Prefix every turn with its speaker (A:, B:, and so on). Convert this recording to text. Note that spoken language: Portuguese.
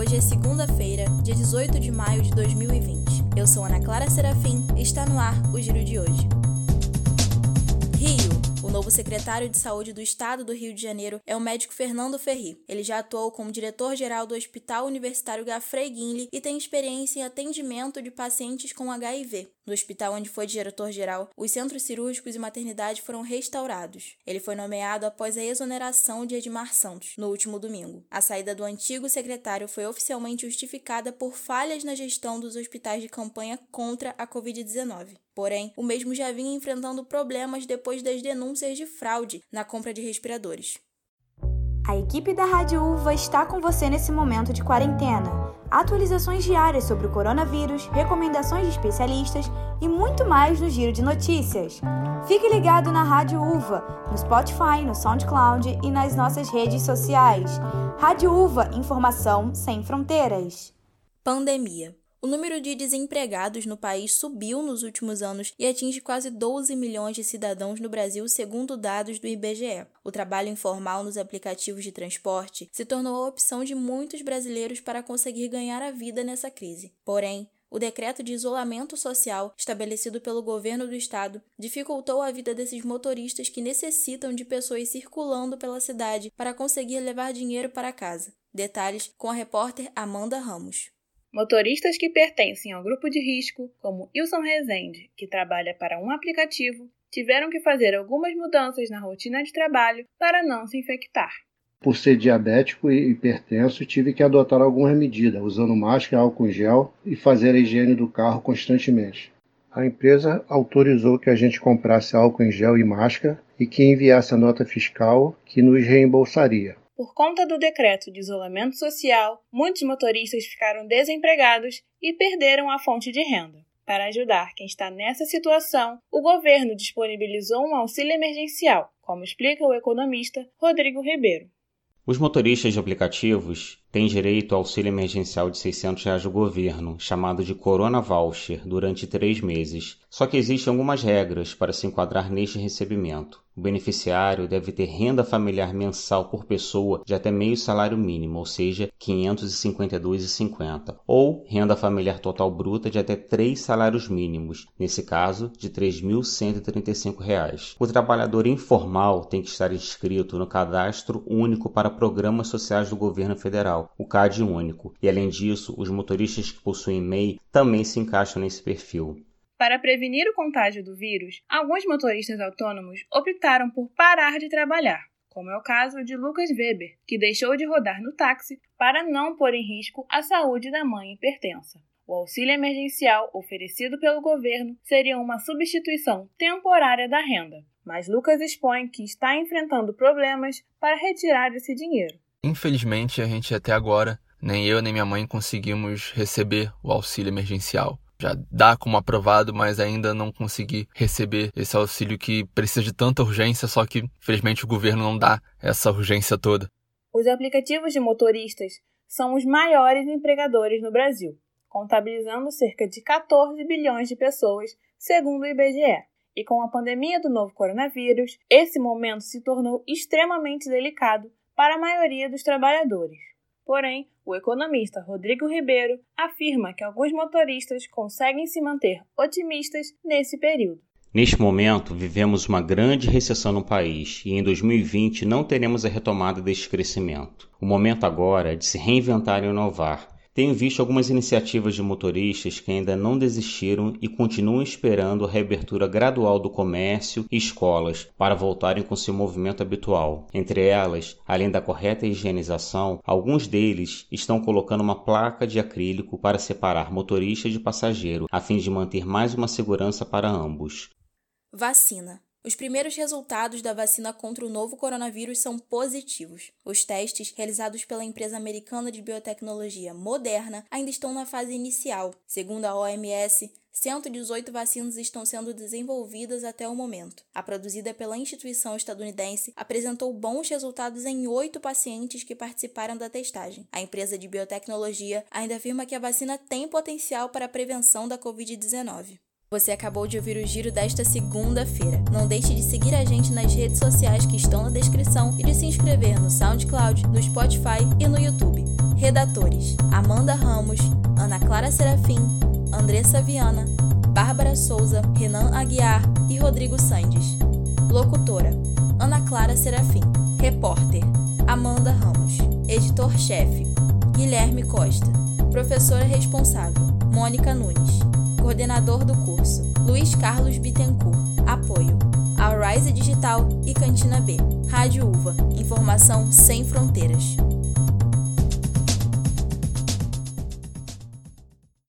A: Hoje é segunda-feira, dia 18 de maio de 2020. Eu sou Ana Clara Serafim e está no ar o Giro de hoje. Rio. O novo secretário de Saúde do Estado do Rio de Janeiro é o médico Fernando Ferri. Ele já atuou como diretor-geral do Hospital Universitário Gafrey Guinle e tem experiência em atendimento de pacientes com HIV. No hospital onde foi diretor-geral, os centros cirúrgicos e maternidade foram restaurados. Ele foi nomeado após a exoneração de Edmar Santos, no último domingo. A saída do antigo secretário foi oficialmente justificada por falhas na gestão dos hospitais de campanha contra a Covid-19. Porém, o mesmo já vinha enfrentando problemas depois das denúncias de fraude na compra de respiradores.
B: A equipe da Rádio Uva está com você nesse momento de quarentena. Atualizações diárias sobre o coronavírus, recomendações de especialistas e muito mais no Giro de Notícias. Fique ligado na Rádio Uva, no Spotify, no SoundCloud e nas nossas redes sociais. Rádio Uva, informação sem fronteiras.
A: Pandemia. O número de desempregados no país subiu nos últimos anos e atinge quase 12 milhões de cidadãos no Brasil, segundo dados do IBGE. O trabalho informal nos aplicativos de transporte se tornou a opção de muitos brasileiros para conseguir ganhar a vida nessa crise. Porém, o decreto de isolamento social, estabelecido pelo governo do estado, dificultou a vida desses motoristas que necessitam de pessoas circulando pela cidade para conseguir levar dinheiro para casa. Detalhes com a repórter Amanda Ramos.
C: Motoristas que pertencem ao grupo de risco, como Wilson Rezende, que trabalha para um aplicativo, tiveram que fazer algumas mudanças na rotina de trabalho para não se infectar.
D: Por ser diabético e hipertenso, tive que adotar algumas medidas, usando máscara, álcool em gel e fazer a higiene do carro constantemente. A empresa autorizou que a gente comprasse álcool em gel e máscara e que enviasse a nota fiscal que nos reembolsaria.
C: Por conta do decreto de isolamento social, muitos motoristas ficaram desempregados e perderam a fonte de renda. Para ajudar quem está nessa situação, o governo disponibilizou um auxílio emergencial, como explica o economista Rodrigo Ribeiro.
E: Os motoristas de aplicativos têm direito ao auxílio emergencial de R$ 600 do governo, chamado de Corona Voucher, durante 3 meses. Só que existem algumas regras para se enquadrar neste recebimento. O beneficiário deve ter renda familiar mensal por pessoa de até meio salário mínimo, ou seja, R$ 552,50, ou renda familiar total bruta de até 3 salários mínimos, nesse caso, de R$ 3.135. O trabalhador informal tem que estar inscrito no Cadastro Único para Programas Sociais do Governo Federal, o CAD Único, e além disso, os motoristas que possuem MEI também se encaixam nesse perfil.
C: Para prevenir o contágio do vírus, alguns motoristas autônomos optaram por parar de trabalhar, como é o caso de Lucas Weber, que deixou de rodar no táxi para não pôr em risco a saúde da mãe hipertensa. O auxílio emergencial oferecido pelo governo seria uma substituição temporária da renda, mas Lucas expõe que está enfrentando problemas para retirar esse dinheiro.
F: Infelizmente, a gente até agora, nem eu nem minha mãe conseguimos receber o auxílio emergencial. Já dá como aprovado, mas ainda não consegui receber esse auxílio que precisa de tanta urgência, só que, infelizmente, o governo não dá essa urgência toda.
C: Os aplicativos de motoristas são os maiores empregadores no Brasil, contabilizando cerca de 14 bilhões de pessoas, segundo o IBGE. E com a pandemia do novo coronavírus, esse momento se tornou extremamente delicado para a maioria dos trabalhadores. Porém, o economista Rodrigo Ribeiro afirma que alguns motoristas conseguem se manter otimistas nesse período.
E: Neste momento, vivemos uma grande recessão no país e em 2020 não teremos a retomada deste crescimento. O momento agora é de se reinventar e inovar. Tenho visto algumas iniciativas de motoristas que ainda não desistiram e continuam esperando a reabertura gradual do comércio e escolas para voltarem com seu movimento habitual. Entre elas, além da correta higienização, alguns deles estão colocando uma placa de acrílico para separar motorista de passageiro, a fim de manter mais uma segurança para ambos.
A: Vacina. Os primeiros resultados da vacina contra o novo coronavírus são positivos. Os testes, realizados pela empresa americana de biotecnologia Moderna, ainda estão na fase inicial. Segundo a OMS, 118 vacinas estão sendo desenvolvidas até o momento. A produzida pela instituição estadunidense apresentou bons resultados em 8 pacientes que participaram da testagem. A empresa de biotecnologia ainda afirma que a vacina tem potencial para a prevenção da Covid-19. Você acabou de ouvir o Giro desta segunda-feira. Não deixe de seguir a gente nas redes sociais que estão na descrição e de se inscrever no SoundCloud, no Spotify e no YouTube. Redatores: Amanda Ramos, Ana Clara Serafim, Andressa Viana, Bárbara Souza, Renan Aguiar e Rodrigo Sandes. Locutora: Ana Clara Serafim. Repórter: Amanda Ramos. Editor-chefe: Guilherme Costa. Professora responsável: Mônica Nunes. Coordenador do curso: Luiz Carlos Bittencourt. Apoio: Alrise Digital e Cantina B. Rádio UVA. Informação sem fronteiras.